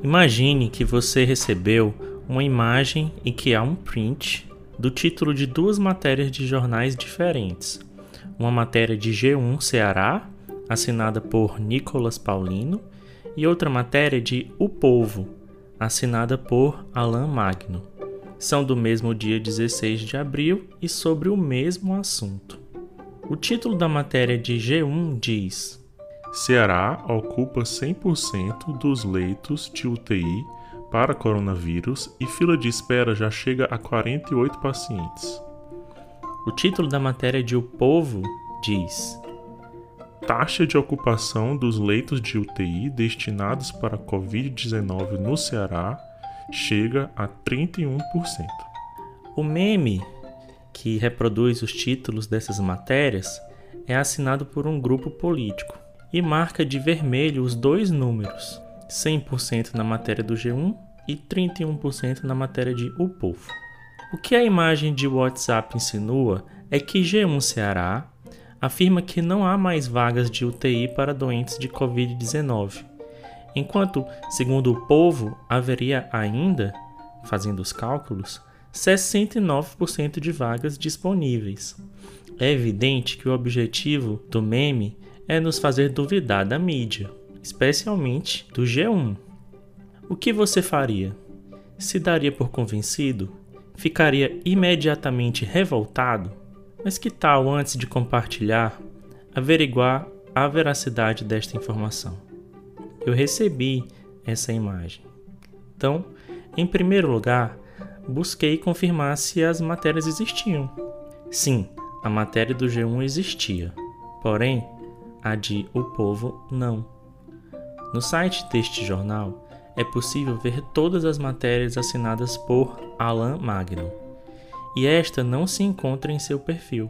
Imagine que você recebeu uma imagem e que há um print do título de duas matérias de jornais diferentes. Uma matéria de G1 Ceará, assinada por Nicolas Paulino, e outra matéria de O Povo, assinada por Alain Magno. São do mesmo dia 16 de abril e sobre o mesmo assunto. O título da matéria de G1 diz: Ceará ocupa 100% dos leitos de UTI para coronavírus e fila de espera já chega a 48 pacientes. O título da matéria de O Povo diz: Taxa de ocupação dos leitos de UTI destinados para Covid-19 no Ceará chega a 31%. O meme que reproduz os títulos dessas matérias é assinado por um grupo político e marca de vermelho os dois números, 100% na matéria do G1 e 31% na matéria de O Povo. O que a imagem de WhatsApp insinua é que G1 Ceará afirma que não há mais vagas de UTI para doentes de Covid-19, enquanto, segundo O Povo, haveria ainda, fazendo os cálculos, 69% de vagas disponíveis. É evidente que o objetivo do meme é nos fazer duvidar da mídia, especialmente do G1. O que você faria? Se daria por convencido? Ficaria imediatamente revoltado? Mas que tal, antes de compartilhar, averiguar a veracidade desta informação? Eu recebi essa imagem. Então, em primeiro lugar, busquei confirmar se as matérias existiam. Sim, a matéria do G1 existia, porém, a de O Povo não. No site deste jornal, é possível ver todas as matérias assinadas por Alain Magno, e esta não se encontra em seu perfil.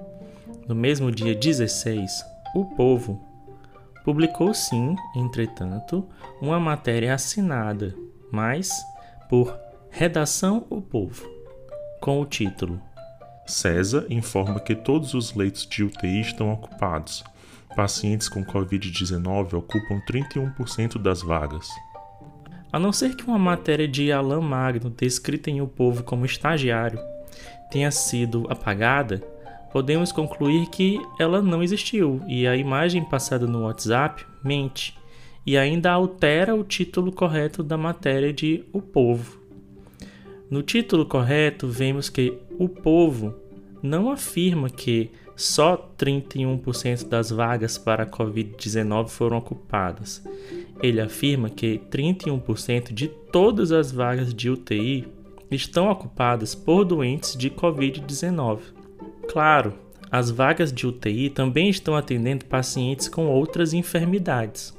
No mesmo dia 16, O Povo publicou sim, entretanto, uma matéria assinada, mas por Redação O Povo, com o título: CESA informa que todos os leitos de UTI estão ocupados. Pacientes com Covid-19 ocupam 31% das vagas. A não ser que uma matéria de Alain Magno, descrita em O Povo como estagiário, tenha sido apagada, podemos concluir que ela não existiu e a imagem passada no WhatsApp mente e ainda altera o título correto da matéria de O Povo. No título correto, vemos que O Povo não afirma que só 31% das vagas para a Covid-19 foram ocupadas. Ele afirma que 31% de todas as vagas de UTI estão ocupadas por doentes de Covid-19. Claro, as vagas de UTI também estão atendendo pacientes com outras enfermidades.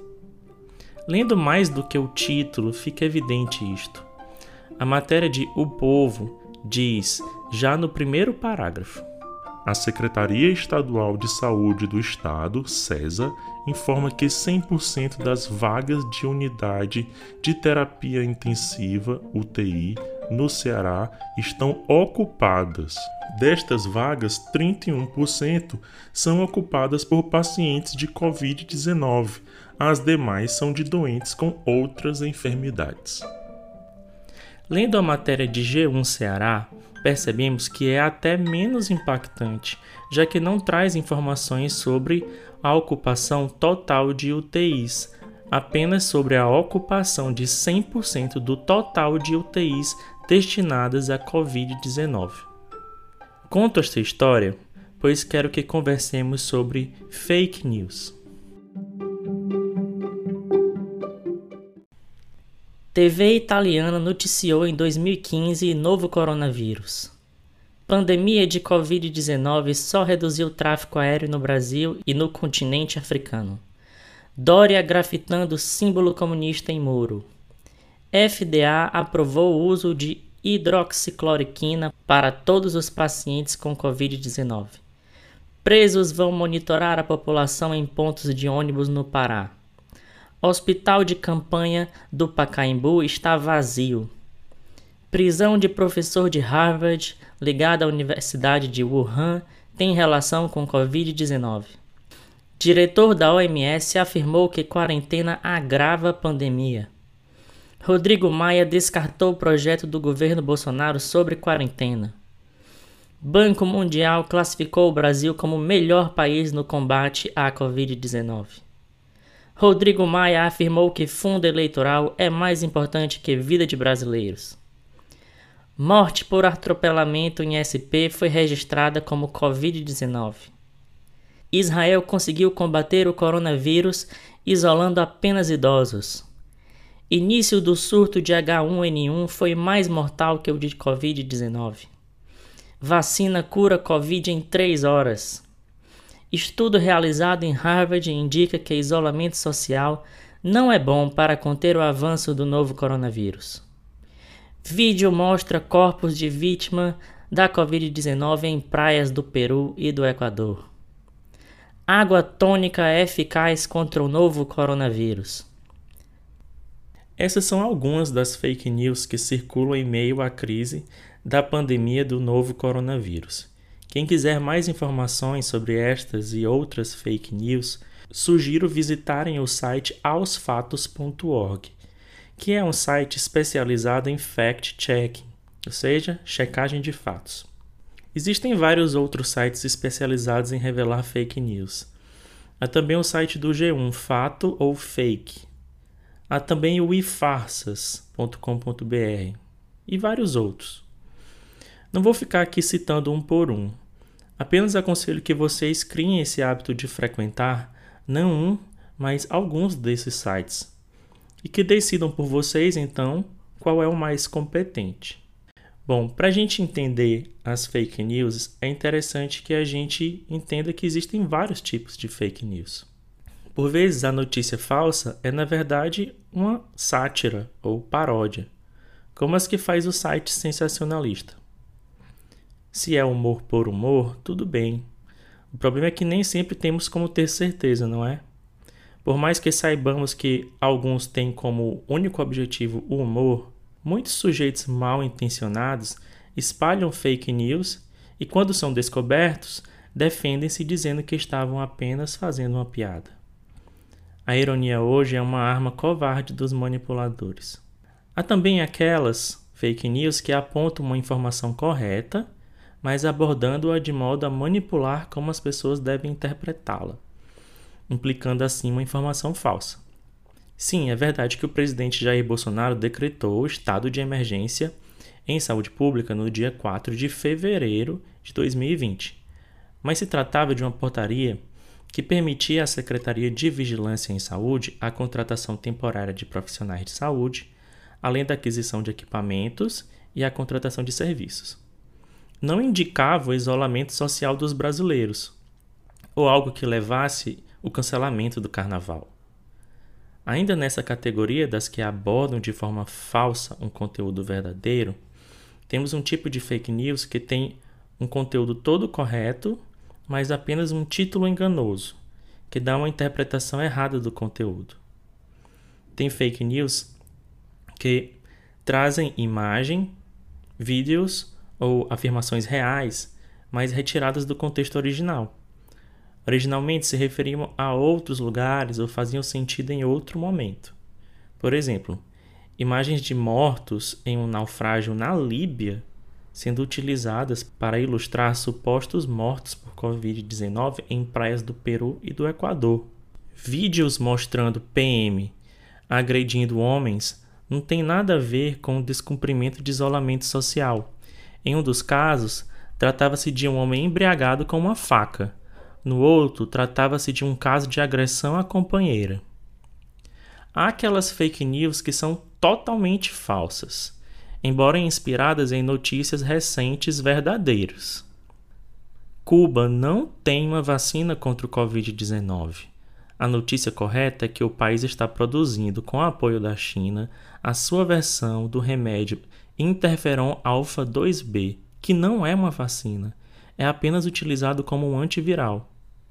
Lendo mais do que o título, fica evidente isto. A matéria de O Povo diz, já no primeiro parágrafo: A Secretaria Estadual de Saúde do Estado, CESA, informa que 100% das vagas de unidade de terapia intensiva, UTI, no Ceará estão ocupadas. Destas vagas, 31% são ocupadas por pacientes de Covid-19. As demais são de doentes com outras enfermidades. Lendo a matéria de G1 Ceará, percebemos que é até menos impactante, já que não traz informações sobre a ocupação total de UTIs, apenas sobre a ocupação de 100% do total de UTIs destinadas à Covid-19. Conto esta história, pois quero que conversemos sobre fake news. TV italiana noticiou em 2015 novo coronavírus. Pandemia de Covid-19 só reduziu o tráfego aéreo no Brasil e no continente africano. Dória grafitando símbolo comunista em muro. FDA aprovou o uso de hidroxicloroquina para todos os pacientes com Covid-19. Presos vão monitorar a população em pontos de ônibus no Pará. Hospital de campanha do Pacaembu está vazio. Prisão de professor de Harvard ligado à Universidade de Wuhan tem relação com Covid-19. Diretor da OMS afirmou que quarentena agrava a pandemia. Rodrigo Maia descartou o projeto do governo Bolsonaro sobre quarentena. Banco Mundial classificou o Brasil como o melhor país no combate à Covid-19. Rodrigo Maia afirmou que fundo eleitoral é mais importante que vida de brasileiros. Morte por atropelamento em SP foi registrada como Covid-19. Israel conseguiu combater o coronavírus isolando apenas idosos. Início do surto de H1N1 foi mais mortal que o de Covid-19. Vacina cura Covid em 3 horas. Estudo realizado em Harvard indica que isolamento social não é bom para conter o avanço do novo coronavírus. Vídeo mostra corpos de vítima da Covid-19 em praias do Peru e do Equador. Água tônica é eficaz contra o novo coronavírus. Essas são algumas das fake news que circulam em meio à crise da pandemia do novo coronavírus. Quem quiser mais informações sobre estas e outras fake news, sugiro visitarem o site aosfatos.org, que é um site especializado em fact-checking, ou seja, checagem de fatos. Existem vários outros sites especializados em revelar fake news. Há também o site do G1, Fato ou Fake. Há também o ifarsas.com.br e vários outros. Não vou ficar aqui citando um por um. Apenas aconselho que vocês criem esse hábito de frequentar não um, mas alguns desses sites. E que decidam por vocês, então, qual é o mais competente. Bom, para a gente entender as fake news, é interessante que a gente entenda que existem vários tipos de fake news. Por vezes, a notícia falsa é, na verdade, uma sátira ou paródia, como as que faz o site sensacionalista. Se é humor por humor, tudo bem. O problema é que nem sempre temos como ter certeza, não é? Por mais que saibamos que alguns têm como único objetivo o humor, muitos sujeitos mal intencionados espalham fake news e, quando são descobertos, defendem-se dizendo que estavam apenas fazendo uma piada. A ironia hoje é uma arma covarde dos manipuladores. Há também aquelas fake news que apontam uma informação correta, mas abordando-a de modo a manipular como as pessoas devem interpretá-la, implicando assim uma informação falsa. Sim, é verdade que o presidente Jair Bolsonaro decretou o estado de emergência em saúde pública no dia 4 de fevereiro de 2020, mas se tratava de uma portaria que permitia à Secretaria de Vigilância em Saúde a contratação temporária de profissionais de saúde, além da aquisição de equipamentos e a contratação de serviços. Não indicava o isolamento social dos brasileiros, ou algo que levasse o cancelamento do carnaval. Ainda nessa categoria das que abordam de forma falsa um conteúdo verdadeiro, temos um tipo de fake news que tem um conteúdo todo correto, mas apenas um título enganoso, que dá uma interpretação errada do conteúdo. Tem fake news que trazem imagem, vídeos ou afirmações reais, mas retiradas do contexto original. Originalmente se referiam a outros lugares ou faziam sentido em outro momento. Por exemplo, imagens de mortos em um naufrágio na Líbia sendo utilizadas para ilustrar supostos mortos por Covid-19 em praias do Peru e do Equador. Vídeos mostrando PM agredindo homens não tem nada a ver com o descumprimento de isolamento social. Em um dos casos, tratava-se de um homem embriagado com uma faca. No outro, tratava-se de um caso de agressão à companheira. Há aquelas fake news que são totalmente falsas, embora inspiradas em notícias recentes verdadeiras. Cuba não tem uma vacina contra o Covid-19. A notícia correta é que o país está produzindo, com o apoio da China, a sua versão do remédio Interferon Alpha 2B, que não é uma vacina, é apenas utilizado como um antiviral.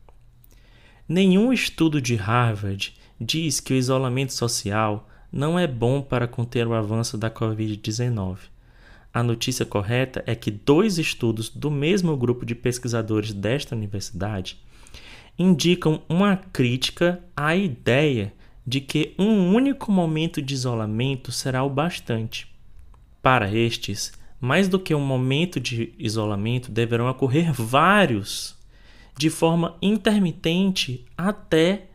Nenhum estudo de Harvard diz que o isolamento social não é bom para conter o avanço da Covid-19. A notícia correta é que 2 estudos do mesmo grupo de pesquisadores desta universidade indicam uma crítica à ideia de que um único momento de isolamento será o bastante. Para estes, mais do que um momento de isolamento, deverão ocorrer vários, de forma intermitente até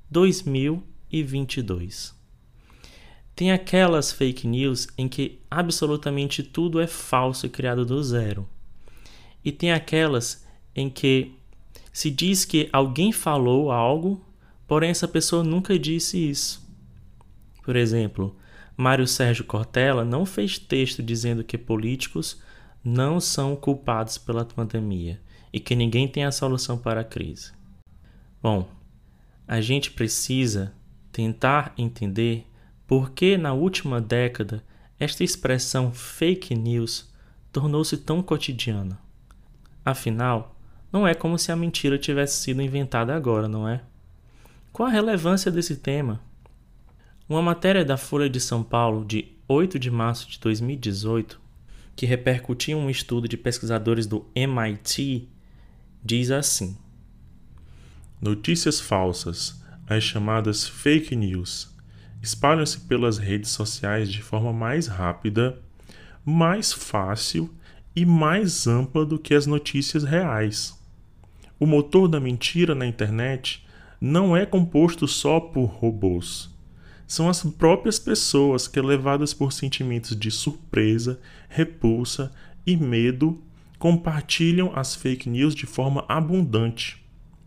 2022. Tem aquelas fake news em que absolutamente tudo é falso e criado do zero. E tem aquelas em que se diz que alguém falou algo, porém essa pessoa nunca disse isso. Por exemplo, Mário Sérgio Cortella não fez texto dizendo que políticos não são culpados pela pandemia e que ninguém tem a solução para a crise. Bom, a gente precisa tentar entender por que na última década esta expressão fake news tornou-se tão cotidiana. Afinal, não é como se a mentira tivesse sido inventada agora, não é? Qual a relevância desse tema? Uma matéria da Folha de São Paulo de 8 de março de 2018, que repercutiu um estudo de pesquisadores do MIT, diz assim: Notícias falsas, as chamadas fake news, espalham-se pelas redes sociais de forma mais rápida, mais fácil e mais ampla do que as notícias reais. O motor da mentira na internet não é composto só por robôs. São as próprias pessoas que, levadas por sentimentos de surpresa, repulsa e medo, compartilham as fake news de forma abundante.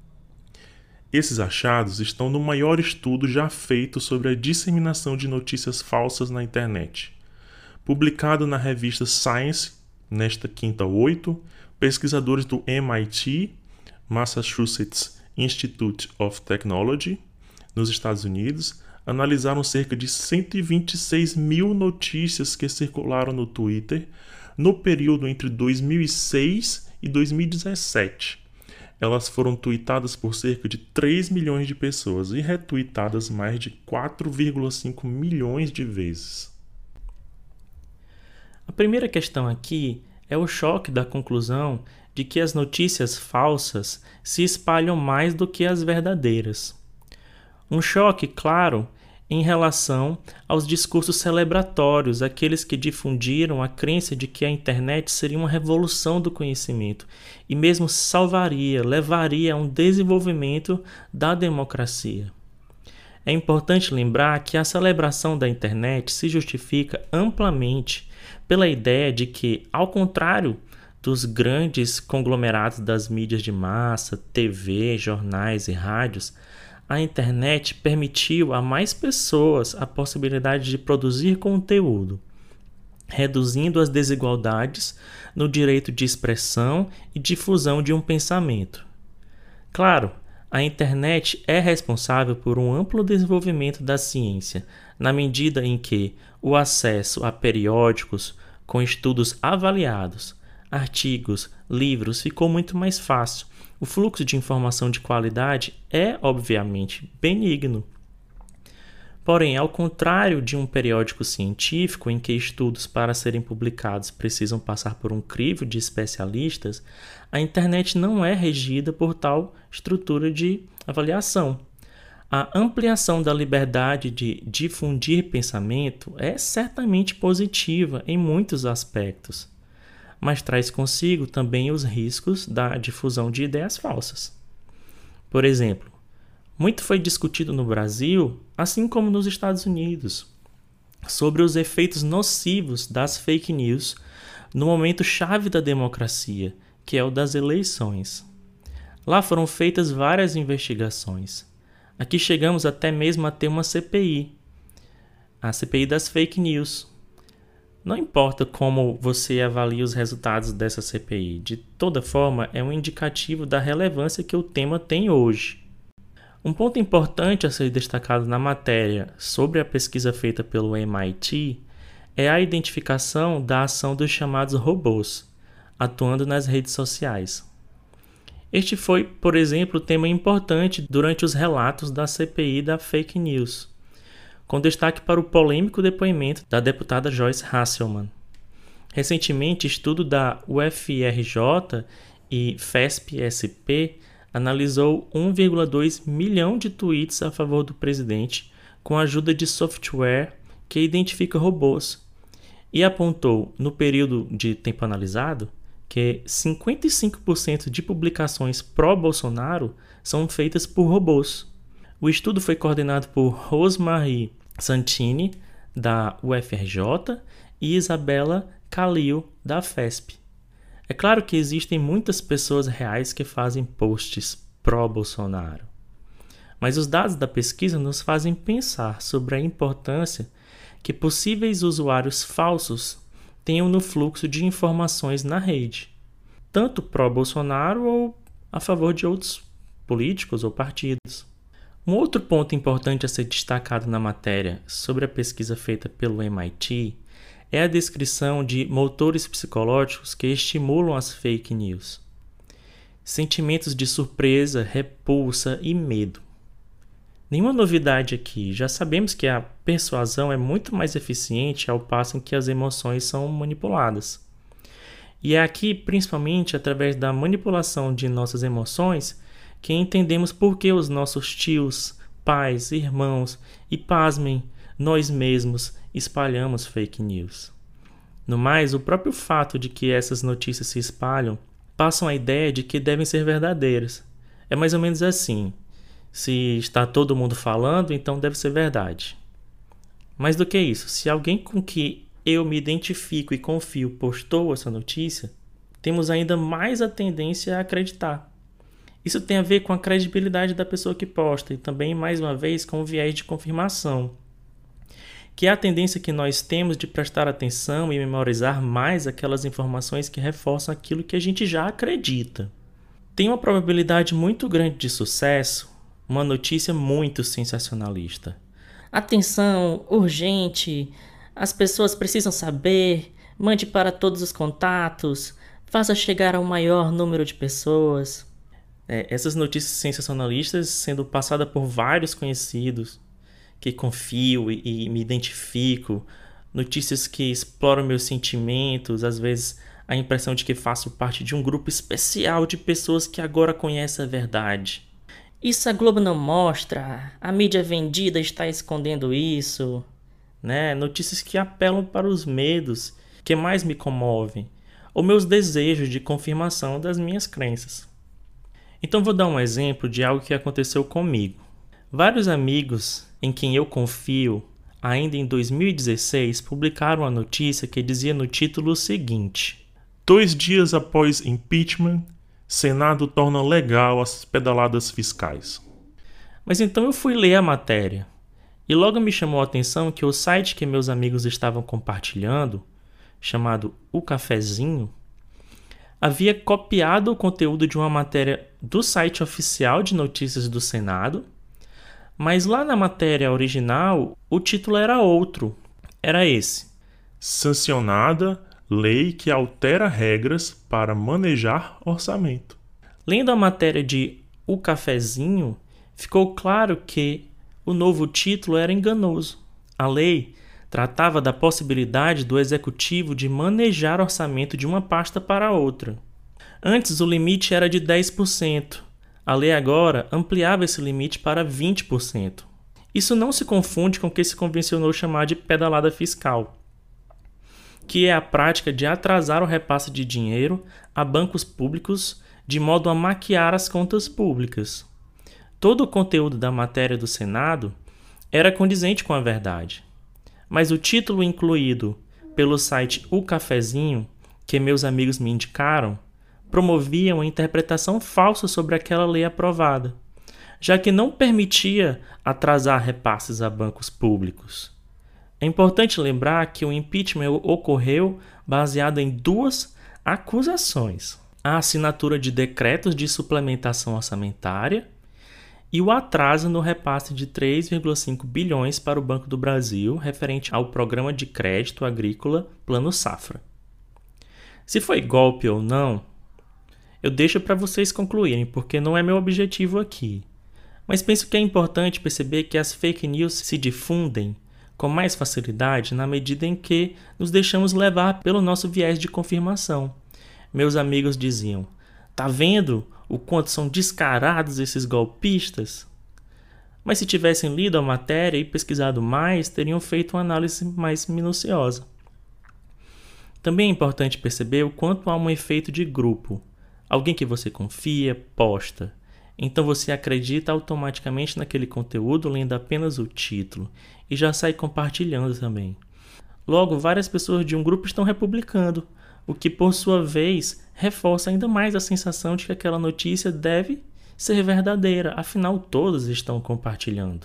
Esses achados estão no maior estudo já feito sobre a disseminação de notícias falsas na internet. Publicado na revista Science, nesta quinta 8, pesquisadores do MIT, Massachusetts Institute of Technology, nos Estados Unidos, analisaram cerca de 126 mil notícias que circularam no Twitter no período entre 2006 e 2017. Elas foram tweetadas por cerca de 3 milhões de pessoas e retweetadas mais de 4,5 milhões de vezes. A primeira questão aqui é o choque da conclusão de que as notícias falsas se espalham mais do que as verdadeiras. Um choque, claro, em relação aos discursos celebratórios, aqueles que difundiram a crença de que a internet seria uma revolução do conhecimento e mesmo salvaria, levaria a um desenvolvimento da democracia. É importante lembrar que a celebração da internet se justifica amplamente pela ideia de que, ao contrário dos grandes conglomerados das mídias de massa, TV, jornais e rádios, a internet permitiu a mais pessoas a possibilidade de produzir conteúdo, reduzindo as desigualdades no direito de expressão e difusão de um pensamento. Claro, a internet é responsável por um amplo desenvolvimento da ciência, na medida em que o acesso a periódicos com estudos avaliados, artigos, livros ficou muito mais fácil. O fluxo de informação de qualidade é, obviamente, benigno. Porém, ao contrário de um periódico científico em que estudos para serem publicados precisam passar por um crivo de especialistas, a internet não é regida por tal estrutura de avaliação. A ampliação da liberdade de difundir pensamento é certamente positiva em muitos aspectos, mas traz consigo também os riscos da difusão de ideias falsas. Por exemplo, muito foi discutido no Brasil, assim como nos Estados Unidos, sobre os efeitos nocivos das fake news no momento chave da democracia, que é o das eleições. Lá foram feitas várias investigações. Aqui chegamos até mesmo a ter uma CPI, a CPI das fake news. Não importa como você avalia os resultados dessa CPI, de toda forma é um indicativo da relevância que o tema tem hoje. Um ponto importante a ser destacado na matéria sobre a pesquisa feita pelo MIT é a identificação da ação dos chamados robôs, atuando nas redes sociais. Este foi, por exemplo, tema importante durante os relatos da CPI da fake news, com destaque para o polêmico depoimento da deputada Joyce Hasselmann. Recentemente, estudo da UFRJ e FESP-SP analisou 1,2 milhão de tweets a favor do presidente com a ajuda de software que identifica robôs, e apontou, no período de tempo analisado, que 55% de publicações pró-Bolsonaro são feitas por robôs. O estudo foi coordenado por Rosemarie Santini, da UFRJ, e Isabela Calil, da FESP. É claro que existem muitas pessoas reais que fazem posts pró-Bolsonaro, mas os dados da pesquisa nos fazem pensar sobre a importância que possíveis usuários falsos tenham no fluxo de informações na rede, tanto pró-Bolsonaro ou a favor de outros políticos ou partidos. Um outro ponto importante a ser destacado na matéria sobre a pesquisa feita pelo MIT é a descrição de motores psicológicos que estimulam as fake news. Sentimentos de surpresa, repulsa e medo. Nenhuma novidade aqui, já sabemos que a persuasão é muito mais eficiente ao passo em que as emoções são manipuladas. E é aqui, principalmente através da manipulação de nossas emoções, que entendemos por que os nossos tios, pais, irmãos e, pasmem, nós mesmos espalhamos fake news. No mais, o próprio fato de que essas notícias se espalham passam a ideia de que devem ser verdadeiras. É mais ou menos assim. Se está todo mundo falando, então deve ser verdade. Mais do que isso, se alguém com que eu me identifico e confio postou essa notícia, temos ainda mais a tendência a acreditar. Isso tem a ver com a credibilidade da pessoa que posta e também, mais uma vez, com o viés de confirmação, que é a tendência que nós temos de prestar atenção e memorizar mais aquelas informações que reforçam aquilo que a gente já acredita. Tem uma probabilidade muito grande de sucesso uma notícia muito sensacionalista. Atenção, urgente, as pessoas precisam saber, mande para todos os contatos, faça chegar ao maior número de pessoas. Essas notícias sensacionalistas sendo passadas por vários conhecidos, que confio e me identifico, notícias que exploram meus sentimentos, às vezes a impressão de que faço parte de um grupo especial de pessoas que agora conhecem a verdade. Isso a Globo não mostra, a mídia vendida está escondendo isso, Notícias que apelam para os medos que mais me comovem, ou meus desejos de confirmação das minhas crenças. Então vou dar um exemplo de algo que aconteceu comigo. Vários amigos em quem eu confio, ainda em 2016, publicaram uma notícia que dizia no título o seguinte: 2 dias após impeachment, Senado torna legal as pedaladas fiscais. Mas então eu fui ler a matéria e logo me chamou a atenção que o site que meus amigos estavam compartilhando, chamado O Cafezinho, havia copiado o conteúdo de uma matéria do site oficial de notícias do Senado, mas lá na matéria original o título era outro, era esse: sancionada lei que altera regras para manejar orçamento. Lendo a matéria de O Cafezinho, ficou claro que o novo título era enganoso. A lei tratava da possibilidade do executivo de manejar orçamento de uma pasta para outra. Antes o limite era de 10%. A lei agora ampliava esse limite para 20%. Isso não se confunde com o que se convencionou chamar de pedalada fiscal, que é a prática de atrasar o repasse de dinheiro a bancos públicos de modo a maquiar as contas públicas. Todo o conteúdo da matéria do Senado era condizente com a verdade, mas o título incluído pelo site O Cafezinho, que meus amigos me indicaram, promovia uma interpretação falsa sobre aquela lei aprovada, já que não permitia atrasar repasses a bancos públicos. É importante lembrar que o impeachment ocorreu baseado em 2 acusações: a assinatura de decretos de suplementação orçamentária e o atraso no repasse de 3,5 bilhões para o Banco do Brasil referente ao Programa de Crédito Agrícola Plano Safra. Se foi golpe ou não, eu deixo para vocês concluírem, porque não é meu objetivo aqui. Mas penso que é importante perceber que as fake news se difundem com mais facilidade na medida em que nos deixamos levar pelo nosso viés de confirmação. Meus amigos diziam: "Tá vendo o quanto são descarados esses golpistas?" mas se tivessem lido a matéria e pesquisado mais, teriam feito uma análise mais minuciosa. Também é importante perceber o quanto há um efeito de grupo. Alguém que você confia posta. Então você acredita automaticamente naquele conteúdo lendo apenas o título e já sai compartilhando também. Logo, várias pessoas de um grupo estão republicando, o que por sua vez reforça ainda mais a sensação de que aquela notícia deve ser verdadeira, afinal todos estão compartilhando.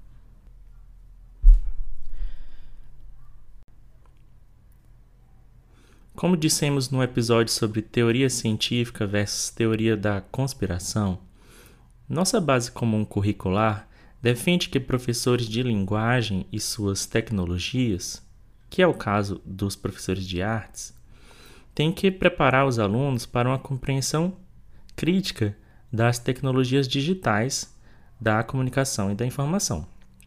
Como dissemos no episódio sobre teoria científica versus teoria da conspiração, nossa base comum curricular defende que professores de linguagem e suas tecnologias, que é o caso dos professores de artes, têm que preparar os alunos para uma compreensão crítica das tecnologias digitais, da comunicação e da informação.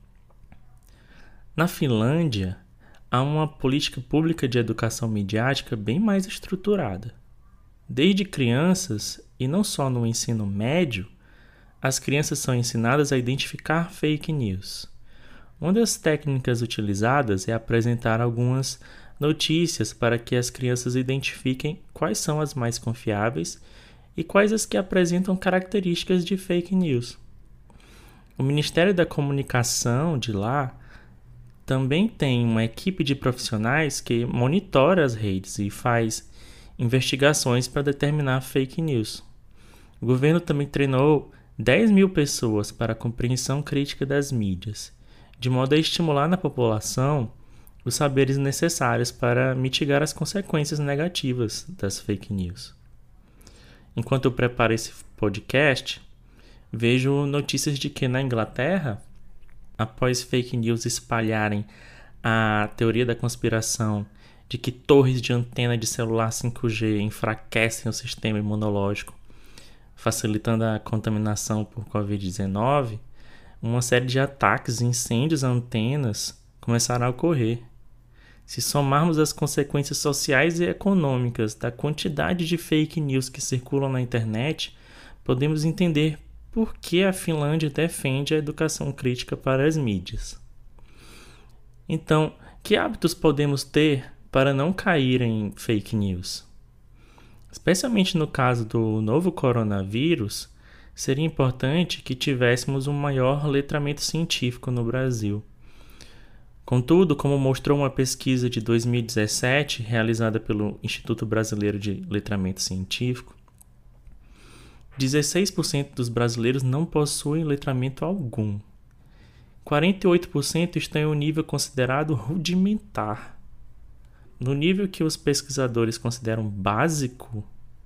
Na Finlândia, há uma política pública de educação midiática bem mais estruturada. Desde crianças, e não só no ensino médio, as crianças são ensinadas a identificar fake news. Uma das técnicas utilizadas é apresentar algumas notícias para que as crianças identifiquem quais são as mais confiáveis e quais as que apresentam características de fake news. O Ministério da Comunicação de lá também tem uma equipe de profissionais que monitora as redes e faz investigações para determinar fake news. O governo também treinou 10.000 pessoas para a compreensão crítica das mídias, de modo a estimular na população os saberes necessários para mitigar as consequências negativas das fake news. Enquanto eu preparo esse podcast, vejo notícias de que na Inglaterra, após fake news espalharem a teoria da conspiração de que torres de antena de celular 5G enfraquecem o sistema imunológico, facilitando a contaminação por Covid-19, uma série de ataques e incêndios a antenas começaram a ocorrer. Se somarmos as consequências sociais e econômicas da quantidade de fake news que circulam na internet, podemos entender por que a Finlândia defende a educação crítica para as mídias. Então, que hábitos podemos ter para não cair em fake news? Especialmente no caso do novo coronavírus, seria importante que tivéssemos um maior letramento científico no Brasil. Contudo, como mostrou uma pesquisa de 2017 realizada pelo Instituto Brasileiro de Letramento Científico, 16% dos brasileiros não possuem letramento algum. 48% estão em um nível considerado rudimentar. No nível que os pesquisadores consideram básico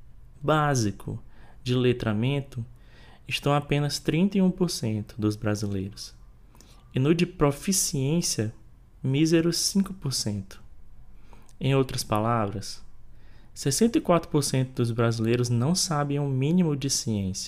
de letramento, estão apenas 31% dos brasileiros. E no de proficiência, míseros 5%. Em outras palavras, 64% dos brasileiros não sabem o mínimo de ciência.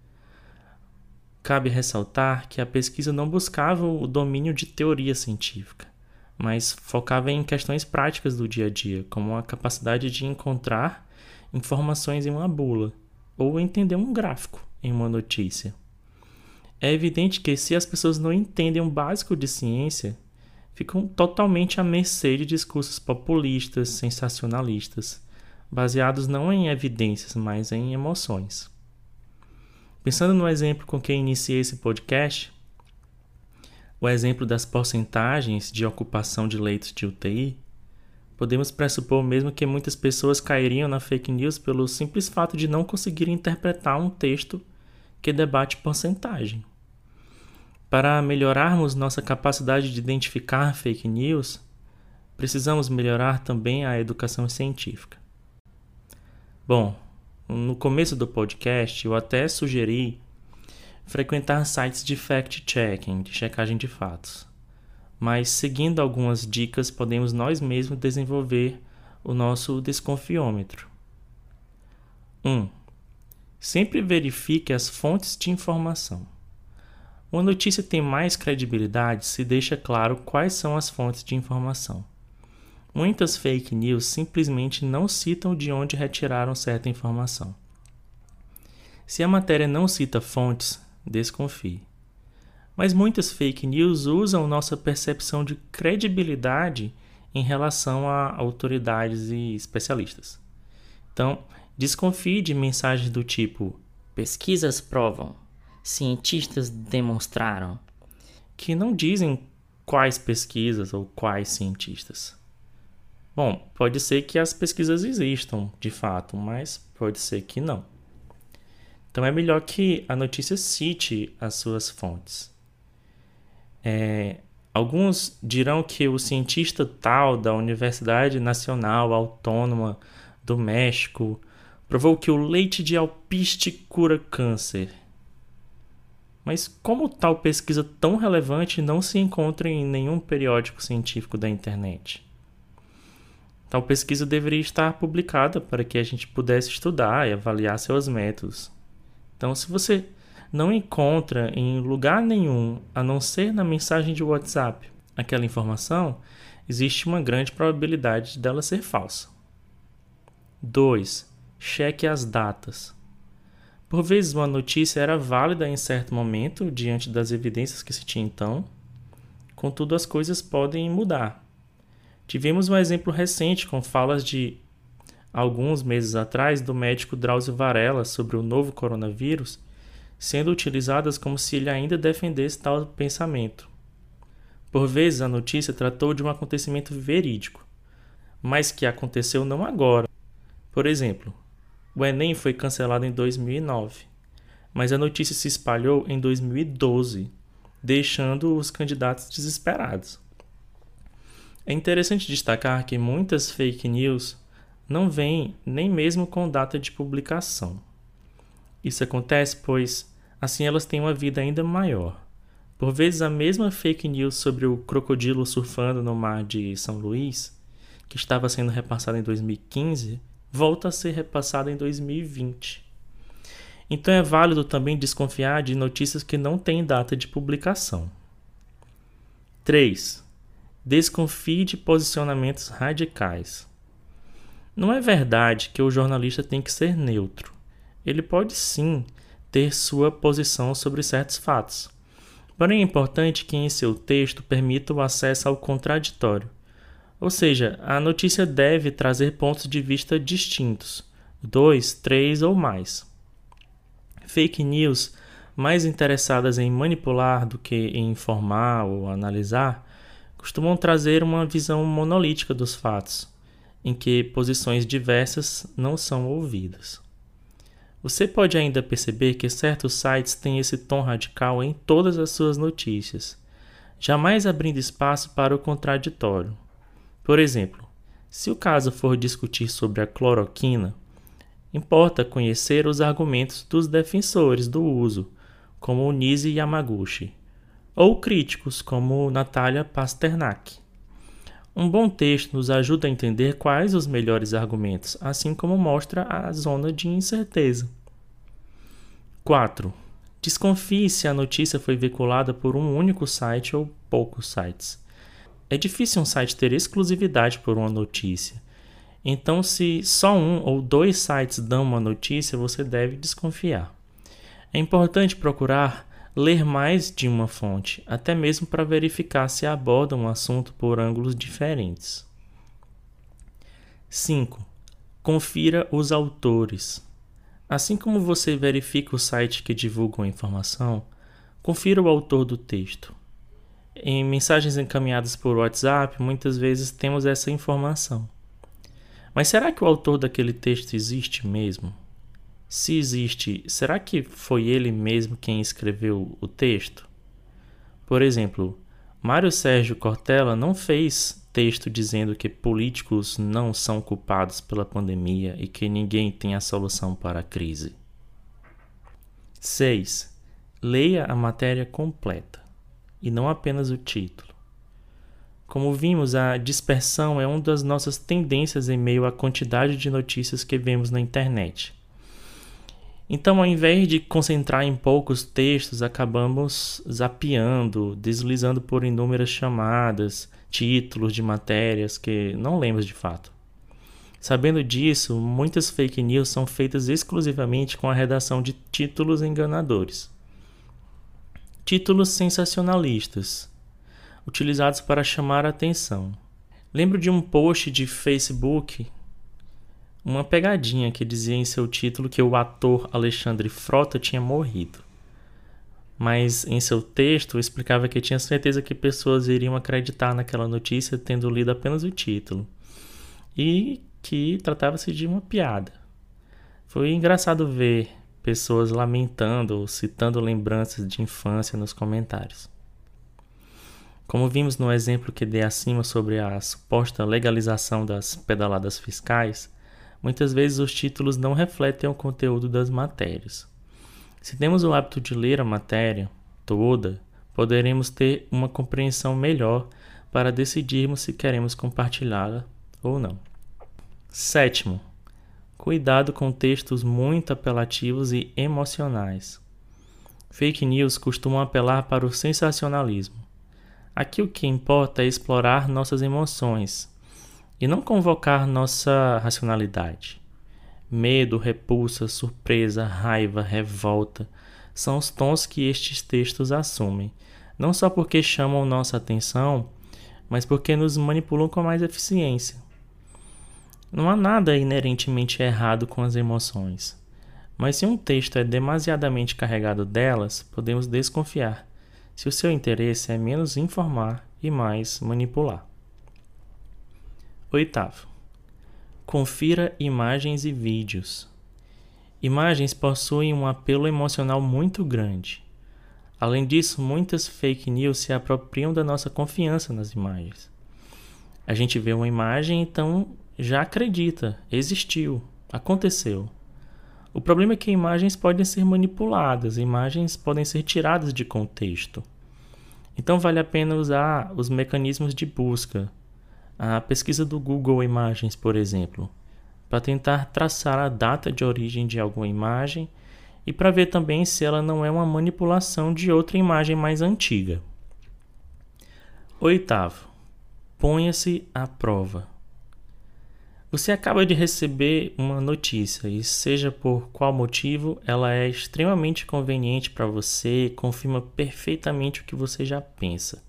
Cabe ressaltar que a pesquisa não buscava o domínio de teoria científica, mas focava em questões práticas do dia a dia, como a capacidade de encontrar informações em uma bula ou entender um gráfico em uma notícia. É evidente que se as pessoas não entendem o básico de ciência, ficam totalmente à mercê de discursos populistas, sensacionalistas, baseados não em evidências, mas em emoções. Pensando no exemplo com que iniciei esse podcast, o exemplo das porcentagens de ocupação de leitos de UTI, podemos pressupor mesmo que muitas pessoas cairiam na fake news pelo simples fato de não conseguirem interpretar um texto que debate porcentagem. Para melhorarmos nossa capacidade de identificar fake news, precisamos melhorar também a educação científica. Bom, no começo do podcast eu até sugeri frequentar sites de fact-checking, de checagem de fatos. Mas seguindo algumas dicas, podemos nós mesmos desenvolver o nosso desconfiômetro. 1. Sempre verifique as fontes de informação. Uma notícia tem mais credibilidade se deixa claro quais são as fontes de informação. Muitas fake news simplesmente não citam de onde retiraram certa informação. Se a matéria não cita fontes, desconfie. Mas muitas fake news usam nossa percepção de credibilidade em relação a autoridades e especialistas. Então, desconfie de mensagens do tipo pesquisas provam, cientistas demonstraram, que não dizem quais pesquisas ou quais cientistas. Bom, pode ser que as pesquisas existam, de fato, mas pode ser que não. Então é melhor que a notícia cite as suas fontes. Alguns dirão que o cientista tal da Universidade Nacional Autônoma do México provou que o leite de alpiste cura câncer. Mas como tal pesquisa tão relevante não se encontra em nenhum periódico científico da internet? Tal pesquisa deveria estar publicada para que a gente pudesse estudar e avaliar seus métodos. Então, se você não encontra em lugar nenhum, a não ser na mensagem de WhatsApp, aquela informação, existe uma grande probabilidade dela ser falsa. 2. Cheque as datas. Por vezes uma notícia era válida em certo momento, diante das evidências que se tinha então. Contudo, as coisas podem mudar. Tivemos um exemplo recente com falas de alguns meses atrás do médico Drauzio Varela sobre o novo coronavírus, sendo utilizadas como se ele ainda defendesse tal pensamento. Por vezes a notícia tratou de um acontecimento verídico, mas que aconteceu não agora. Por exemplo, o Enem foi cancelado em 2009, mas a notícia se espalhou em 2012, deixando os candidatos desesperados. É interessante destacar que muitas fake news não vêm nem mesmo com data de publicação. Isso acontece pois, assim elas têm uma vida ainda maior. Por vezes a mesma fake news sobre o crocodilo surfando no mar de São Luís, que estava sendo repassada em 2015, volta a ser repassada em 2020. Então é válido também desconfiar de notícias que não têm data de publicação. 3. Desconfie de posicionamentos radicais. Não é verdade que o jornalista tem que ser neutro. Ele pode sim ter sua posição sobre certos fatos. Porém é importante que em seu texto permita o acesso ao contraditório. Ou seja, a notícia deve trazer pontos de vista distintos, 2, 3 ou mais. Fake news, mais interessadas em manipular do que em informar ou analisar, costumam trazer uma visão monolítica dos fatos, em que posições diversas não são ouvidas. Você pode ainda perceber que certos sites têm esse tom radical em todas as suas notícias, jamais abrindo espaço para o contraditório. Por exemplo, se o caso for discutir sobre a cloroquina, importa conhecer os argumentos dos defensores do uso, como o Nisi Yamaguchi, ou críticos, como Natalia Pasternak. Um bom texto nos ajuda a entender quais os melhores argumentos, assim como mostra a zona de incerteza. 4. Desconfie se a notícia foi veiculada por um único site ou poucos sites. É difícil um site ter exclusividade por uma notícia. Então, se só um ou 2 sites dão uma notícia, você deve desconfiar. É importante procurar ler mais de uma fonte, até mesmo para verificar se abordam um assunto por ângulos diferentes. 5. Confira os autores. Assim como você verifica o site que divulga a informação, confira o autor do texto. Em mensagens encaminhadas por WhatsApp, muitas vezes temos essa informação. Mas será que o autor daquele texto existe mesmo? Se existe, será que foi ele mesmo quem escreveu o texto? Por exemplo, Mário Sérgio Cortella não fez texto dizendo que políticos não são culpados pela pandemia e que ninguém tem a solução para a crise. 6. Leia a matéria completa, e não apenas o título. Como vimos, a dispersão é uma das nossas tendências em meio à quantidade de notícias que vemos na internet. Então, ao invés de concentrar em poucos textos, acabamos zapeando, deslizando por inúmeras chamadas, títulos de matérias que não lemos de fato. Sabendo disso, muitas fake news são feitas exclusivamente com a redação de títulos enganadores. Títulos sensacionalistas, utilizados para chamar a atenção. Lembro de um post de Facebook, uma pegadinha que dizia em seu título que o ator Alexandre Frota tinha morrido. Mas em seu texto explicava que tinha certeza que pessoas iriam acreditar naquela notícia tendo lido apenas o título. E que tratava-se de uma piada. Foi engraçado ver pessoas lamentando ou citando lembranças de infância nos comentários. Como vimos no exemplo que dei acima sobre a suposta legalização das pedaladas fiscais, muitas vezes os títulos não refletem o conteúdo das matérias. Se temos o hábito de ler a matéria toda, poderemos ter uma compreensão melhor para decidirmos se queremos compartilhá-la ou não. 7. Cuidado com textos muito apelativos e emocionais. Fake news costumam apelar para o sensacionalismo. Aqui o que importa é explorar nossas emoções e não convocar nossa racionalidade. Medo, repulsa, surpresa, raiva, revolta são os tons que estes textos assumem, não só porque chamam nossa atenção, mas porque nos manipulam com mais eficiência. Não há nada inerentemente errado com as emoções, mas se um texto é demasiadamente carregado delas, podemos desconfiar, se o seu interesse é menos informar e mais manipular. 8. Confira imagens e vídeos. Imagens possuem um apelo emocional muito grande. Além disso, muitas fake news se apropriam da nossa confiança nas imagens. A gente vê uma imagem, então já acredita, existiu, aconteceu. O problema é que imagens podem ser manipuladas, imagens podem ser tiradas de contexto. Então vale a pena usar os mecanismos de busca, a pesquisa do Google Imagens, por exemplo, para tentar traçar a data de origem de alguma imagem e para ver também se ela não é uma manipulação de outra imagem mais antiga. 8. Ponha-se à prova. Você acaba de receber uma notícia e, seja por qual motivo, ela é extremamente conveniente para você e confirma perfeitamente o que você já pensa.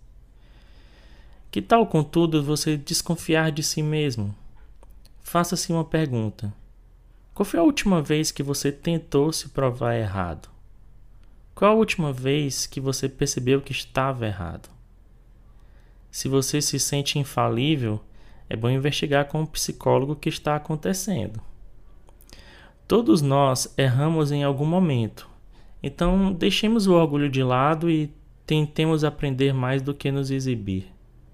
Que tal, contudo, você desconfiar de si mesmo? Faça-se uma pergunta. Qual foi a última vez que você tentou se provar errado? Qual a última vez que você percebeu que estava errado? Se você se sente infalível, é bom investigar com um psicólogo o que está acontecendo. Todos nós erramos em algum momento, então deixemos o orgulho de lado e tentemos aprender mais do que nos exibir.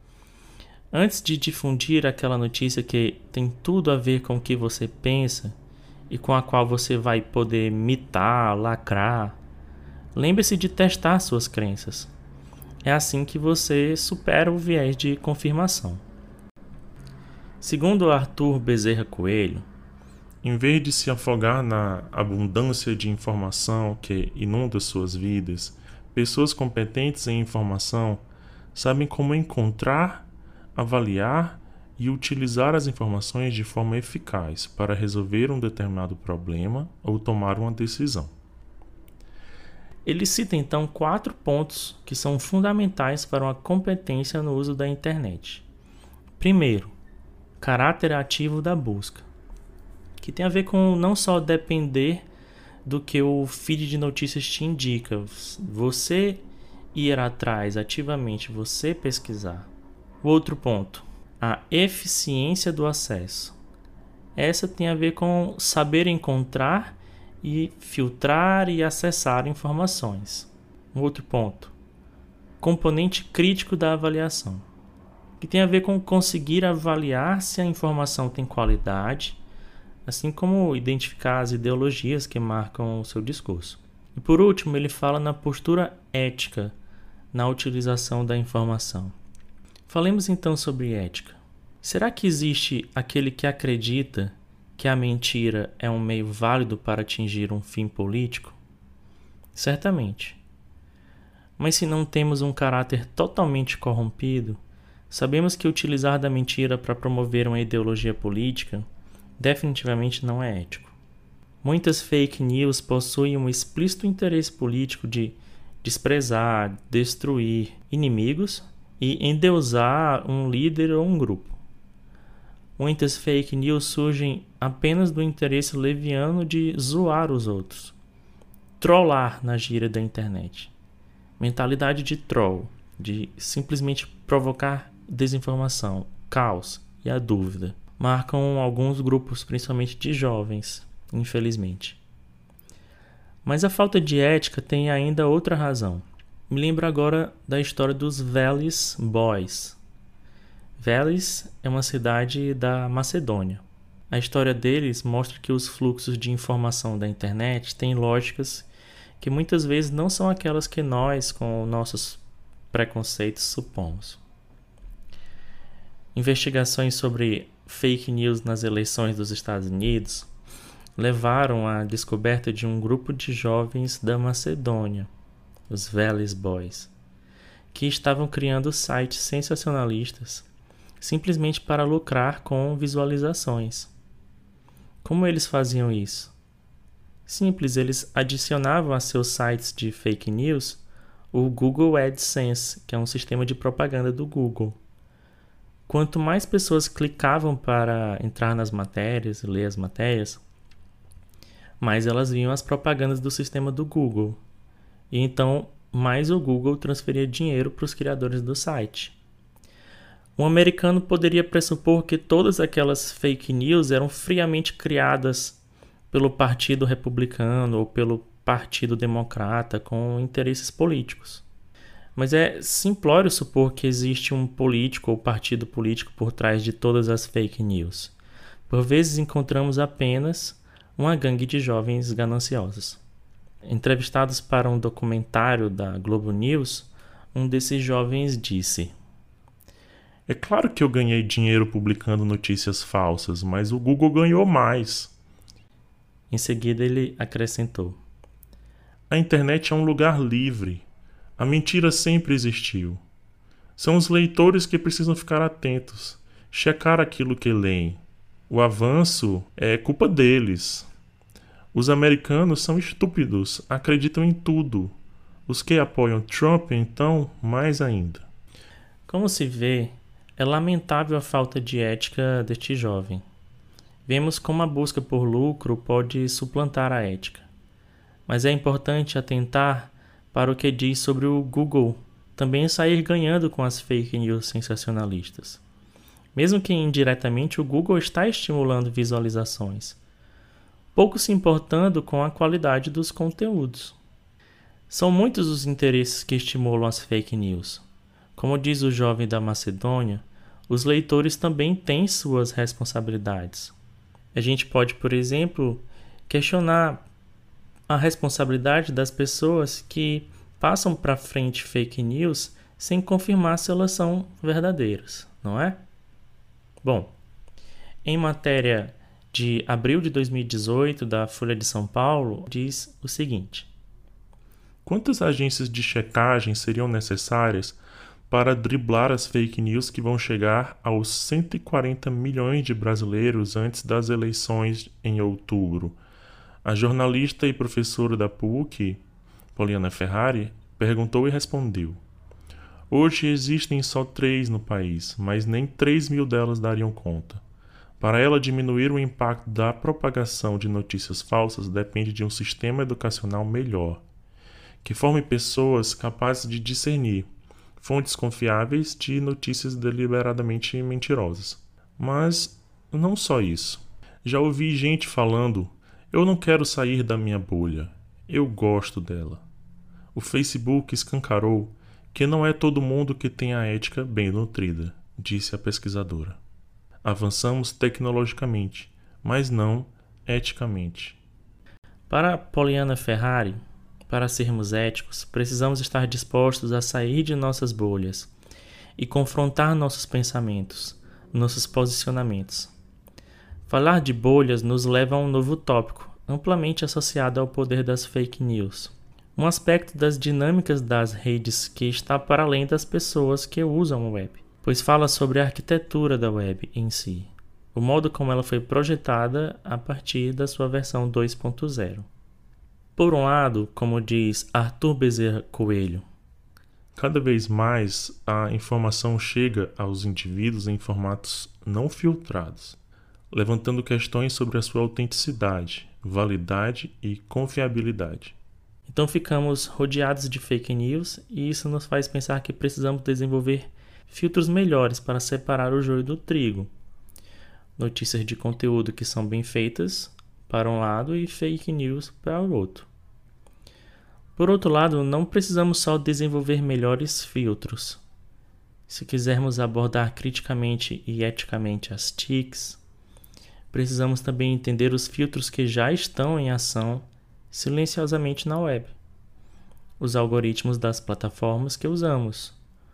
Antes de difundir aquela notícia que tem tudo a ver com o que você pensa e com a qual você vai poder mitar, lacrar, lembre-se de testar suas crenças. É assim que você supera o viés de confirmação. Segundo Arthur Bezerra Coelho, em vez de se afogar na abundância de informação que inunda suas vidas, pessoas competentes em informação sabem como encontrar, avaliar e utilizar as informações de forma eficaz para resolver um determinado problema ou tomar uma decisão. Ele cita então 4 pontos que são fundamentais para uma competência no uso da internet. Primeiro, caráter ativo da busca, que tem a ver com não só depender do que o feed de notícias te indica, você ir atrás ativamente, você pesquisar. O outro ponto, a eficiência do acesso. Essa tem a ver com saber encontrar e filtrar e acessar informações. Um outro ponto, componente crítico da avaliação, que tem a ver com conseguir avaliar se a informação tem qualidade, assim como identificar as ideologias que marcam o seu discurso. E por último, ele fala na postura ética na utilização da informação. Falemos então sobre ética. Será que existe aquele que acredita que a mentira é um meio válido para atingir um fim político? Certamente. Mas se não temos um caráter totalmente corrompido, sabemos que utilizar da mentira para promover uma ideologia política definitivamente não é ético. Muitas fake news possuem um explícito interesse político de desprezar, destruir inimigos e endeusar um líder ou um grupo. Muitas fake news surgem apenas do interesse leviano de zoar os outros. Trollar na gíria da internet. Mentalidade de troll, de simplesmente provocar desinformação, caos e a dúvida. Marcam alguns grupos, principalmente de jovens, infelizmente. Mas a falta de ética tem ainda outra razão. Me lembro agora da história dos Veles Boys. Veles é uma cidade da Macedônia. A história deles mostra que os fluxos de informação da internet têm lógicas que muitas vezes não são aquelas que nós, com nossos preconceitos, supomos. Investigações sobre fake news nas eleições dos Estados Unidos levaram à descoberta de um grupo de jovens da Macedônia, os Veles Boys, que estavam criando sites sensacionalistas simplesmente para lucrar com visualizações. Como eles faziam isso? Simples, eles adicionavam a seus sites de fake news o Google AdSense, que é um sistema de propaganda do Google. Quanto mais pessoas clicavam para entrar nas matérias, ler as matérias, mais elas viam as propagandas do sistema do Google. E então, mais o Google transferia dinheiro para os criadores do site. Um americano poderia pressupor que todas aquelas fake news eram friamente criadas pelo Partido Republicano ou pelo Partido Democrata com interesses políticos. Mas é simplório supor que existe um político ou partido político por trás de todas as fake news. Por vezes encontramos apenas uma gangue de jovens gananciosos. Entrevistados para um documentário da Globo News, um desses jovens disse: "É claro que eu ganhei dinheiro publicando notícias falsas, mas o Google ganhou mais." Em seguida ele acrescentou: "A internet é um lugar livre. A mentira sempre existiu. São os leitores que precisam ficar atentos, checar aquilo que leem. O avanço é culpa deles. Os americanos são estúpidos, acreditam em tudo. Os que apoiam Trump, então, mais ainda." Como se vê, é lamentável a falta de ética deste jovem. Vemos como a busca por lucro pode suplantar a ética. Mas é importante atentar para o que diz sobre o Google também sair ganhando com as fake news sensacionalistas. Mesmo que indiretamente o Google está estimulando visualizações, pouco se importando com a qualidade dos conteúdos. São muitos os interesses que estimulam as fake news. Como diz o jovem da Macedônia, os leitores também têm suas responsabilidades. A gente pode, por exemplo, questionar a responsabilidade das pessoas que passam para frente fake news sem confirmar se elas são verdadeiras, não é? Bom, em matéria de abril de 2018 da Folha de São Paulo, diz o seguinte: "Quantas agências de checagem seriam necessárias para driblar as fake news que vão chegar aos 140 milhões de brasileiros antes das eleições em outubro?" A jornalista e professora da PUC, Poliana Ferrari, perguntou e respondeu: "Hoje existem só 3 no país, mas nem 3 mil delas dariam conta. Para ela diminuir o impacto da propagação de notícias falsas depende de um sistema educacional melhor, que forme pessoas capazes de discernir fontes confiáveis de notícias deliberadamente mentirosas. Mas não só isso. Já ouvi gente falando: eu não quero sair da minha bolha, eu gosto dela. O Facebook escancarou que não é todo mundo que tem a ética bem nutrida", disse a pesquisadora. "Avançamos tecnologicamente, mas não eticamente." Para Poliana Ferrari, para sermos éticos, precisamos estar dispostos a sair de nossas bolhas e confrontar nossos pensamentos, nossos posicionamentos. Falar de bolhas nos leva a um novo tópico, amplamente associado ao poder das fake news. Um aspecto das dinâmicas das redes que está para além das pessoas que usam a web, pois fala sobre a arquitetura da web em si, o modo como ela foi projetada a partir da sua versão 2.0. Por um lado, como diz Arthur Bezerra Coelho, cada vez mais a informação chega aos indivíduos em formatos não filtrados, levantando questões sobre a sua autenticidade, validade e confiabilidade. então ficamos rodeados de fake news e isso nos faz pensar que precisamos desenvolver filtros melhores para separar o joio do trigo. Notícias de conteúdo que são bem feitas para um lado e fake news para o outro. Por outro lado, não precisamos só desenvolver melhores filtros. Se quisermos abordar criticamente e eticamente as TICs, precisamos também entender os filtros que já estão em ação silenciosamente na web. Os algoritmos das plataformas que usamos.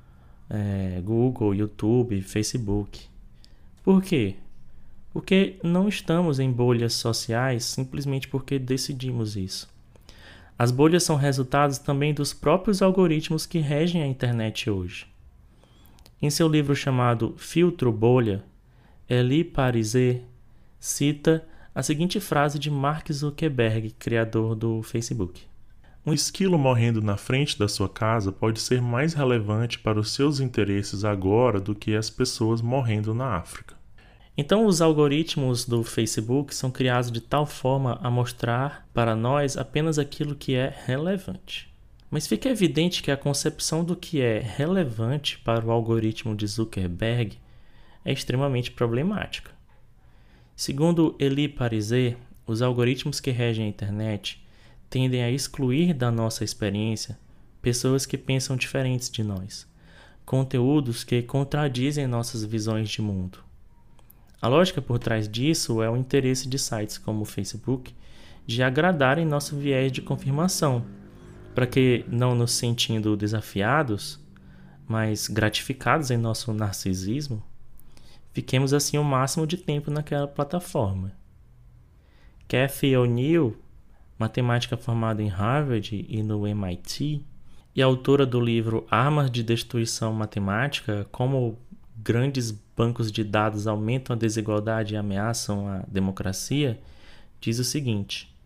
Google, YouTube, Facebook. Por quê? Porque não estamos em bolhas sociais simplesmente porque decidimos isso. As bolhas são resultados também dos próprios algoritmos que regem a internet hoje. Em seu livro chamado Filtro Bolha, Elie Parisot cita a seguinte frase de Mark Zuckerberg, criador do Facebook. Um esquilo morrendo na frente da sua casa pode ser mais relevante para os seus interesses agora do que as pessoas morrendo na África. Então, os algoritmos do Facebook são criados de tal forma a mostrar para nós apenas aquilo que é relevante. Mas fica evidente que a concepção do que é relevante para o algoritmo de Zuckerberg é extremamente problemática. Segundo Elie Parisot, os algoritmos que regem a internet tendem a excluir da nossa experiência pessoas que pensam diferentes de nós, conteúdos que contradizem nossas visões de mundo. A lógica por trás disso é o interesse de sites como o Facebook de agradarem nosso viés de confirmação, para que, não nos sentindo desafiados, mas gratificados em nosso narcisismo, fiquemos assim o máximo de tempo naquela plataforma. Cathy O'Neil, matemática formada em Harvard e no MIT, e autora do livro Armas de Destruição Matemática, como grandes bancos de dados aumentam a desigualdade e ameaçam a democracia, diz o seguinte: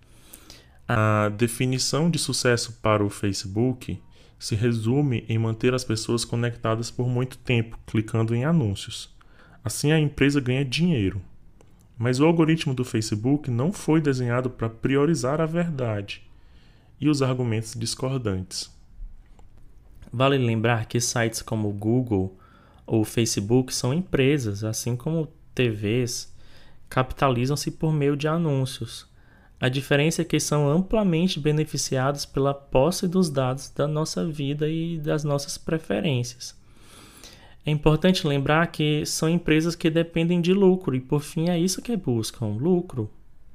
a definição de sucesso para o Facebook se resume em manter as pessoas conectadas por muito tempo, clicando em anúncios. Assim a empresa ganha dinheiro. Mas o algoritmo do Facebook não foi desenhado para priorizar a verdade e os argumentos discordantes. Vale lembrar que sites como o Google ou Facebook são empresas, assim como TVs, capitalizam-se por meio de anúncios. A diferença é que são amplamente beneficiados pela posse dos dados da nossa vida e das nossas preferências. É importante lembrar que são empresas que dependem de lucro e, por fim, é isso que buscam, lucro.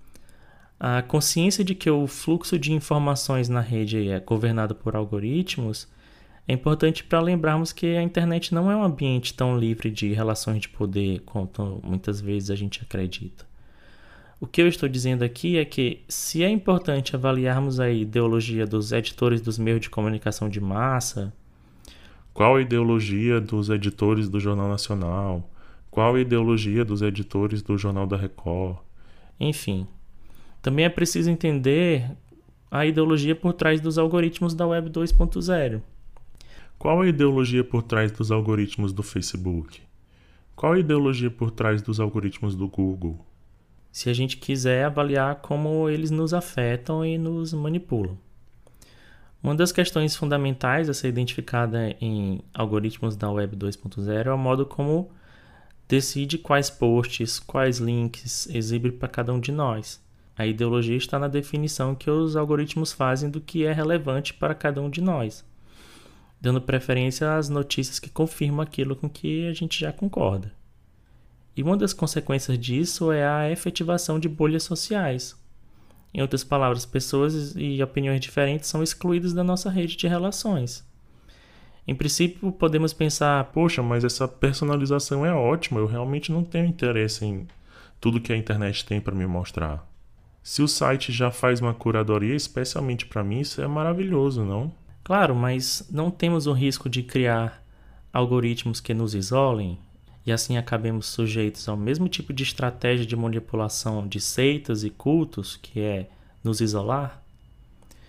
A consciência de que o fluxo de informações na rede é governado por algoritmos é importante para lembrarmos que a internet não é um ambiente tão livre de relações de poder quanto muitas vezes a gente acredita. O que eu estou dizendo aqui é que, se é importante avaliarmos a ideologia dos editores dos meios de comunicação de massa, qual a ideologia dos editores do Jornal Nacional? Qual a ideologia dos editores do Jornal da Record? Enfim, também é preciso entender a ideologia por trás dos algoritmos da Web 2.0. Qual a ideologia por trás dos algoritmos do Facebook? Qual a ideologia por trás dos algoritmos do Google? Se a gente quiser avaliar como eles nos afetam e nos manipulam. Uma das questões fundamentais a ser identificada em algoritmos da Web 2.0 é o modo como decide quais posts, quais links exibe para cada um de nós. A ideologia está na definição que os algoritmos fazem do que é relevante para cada um de nós, dando preferência às notícias que confirmam aquilo com que a gente já concorda. E uma das consequências disso é a efetivação de bolhas sociais. Em outras palavras, pessoas e opiniões diferentes são excluídas da nossa rede de relações. Em princípio, podemos pensar: poxa, mas essa personalização é ótima, eu realmente não tenho interesse em tudo que a internet tem para me mostrar. Se o site já faz uma curadoria especialmente para mim, isso é maravilhoso, não? Claro, mas não temos o risco de criar algoritmos que nos isolem e assim acabemos sujeitos ao mesmo tipo de estratégia de manipulação de seitas e cultos, que é nos isolar?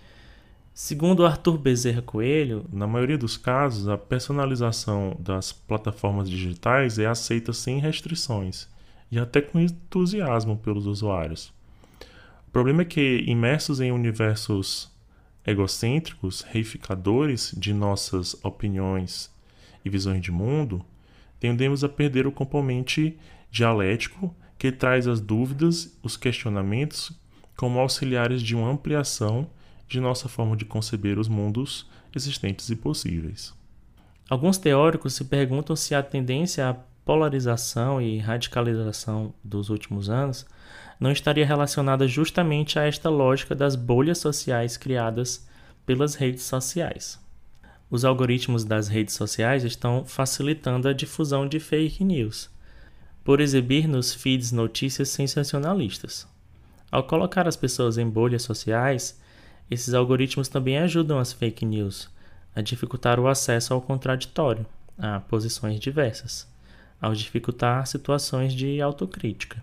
Segundo Arthur Bezerra Coelho, na maioria dos casos, a personalização das plataformas digitais é aceita sem restrições e até com entusiasmo pelos usuários. O problema é que, imersos em universos egocêntricos, reificadores de nossas opiniões e visões de mundo, tendemos a perder o componente dialético que traz as dúvidas, os questionamentos como auxiliares de uma ampliação de nossa forma de conceber os mundos existentes e possíveis. Alguns teóricos se perguntam se a tendência à polarização e radicalização dos últimos anos não estaria relacionada justamente a esta lógica das bolhas sociais criadas pelas redes sociais. Os algoritmos das redes sociais estão facilitando a difusão de fake news, por exibir nos feeds notícias sensacionalistas. Ao colocar as pessoas em bolhas sociais, esses algoritmos também ajudam as fake news a dificultar o acesso ao contraditório, a posições diversas, ao dificultar situações de autocrítica.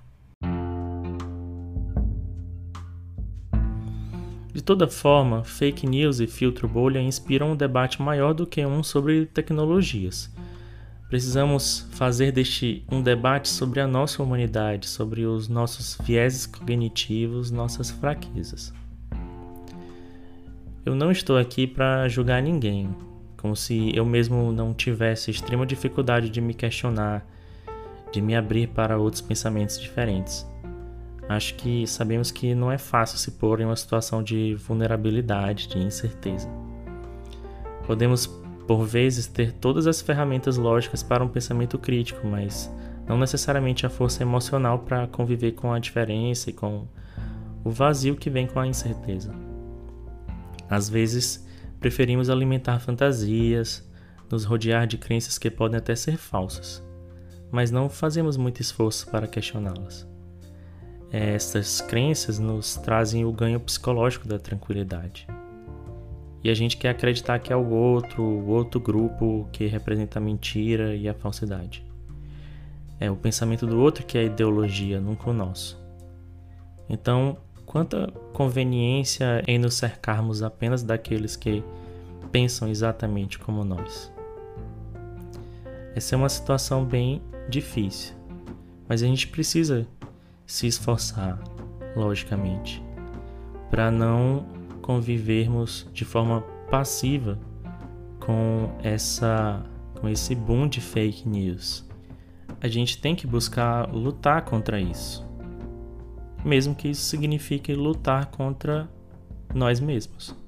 De toda forma, fake news e filtro bolha inspiram um debate maior do que um sobre tecnologias. Precisamos fazer deste um debate sobre a nossa humanidade, sobre os nossos vieses cognitivos, nossas fraquezas. Eu não estou aqui para julgar ninguém, como se eu mesmo não tivesse extrema dificuldade de me questionar, de me abrir para outros pensamentos diferentes. Acho que sabemos que não é fácil se pôr em uma situação de vulnerabilidade, de incerteza. Podemos, por vezes, ter todas as ferramentas lógicas para um pensamento crítico, mas não necessariamente a força emocional para conviver com a diferença e com o vazio que vem com a incerteza. Às vezes, preferimos alimentar fantasias, nos rodear de crenças que podem até ser falsas, mas não fazemos muito esforço para questioná-las. Essas crenças nos trazem o ganho psicológico da tranquilidade. E a gente quer acreditar que é o outro grupo que representa a mentira e a falsidade. É o pensamento do outro que é a ideologia, nunca o nosso. Então, quanta conveniência em nos cercarmos apenas daqueles que pensam exatamente como nós. Essa é uma situação bem difícil, mas a gente precisa se esforçar, logicamente, para não convivermos de forma passiva com esse boom de fake news. A gente tem que buscar lutar contra isso, mesmo que isso signifique lutar contra nós mesmos.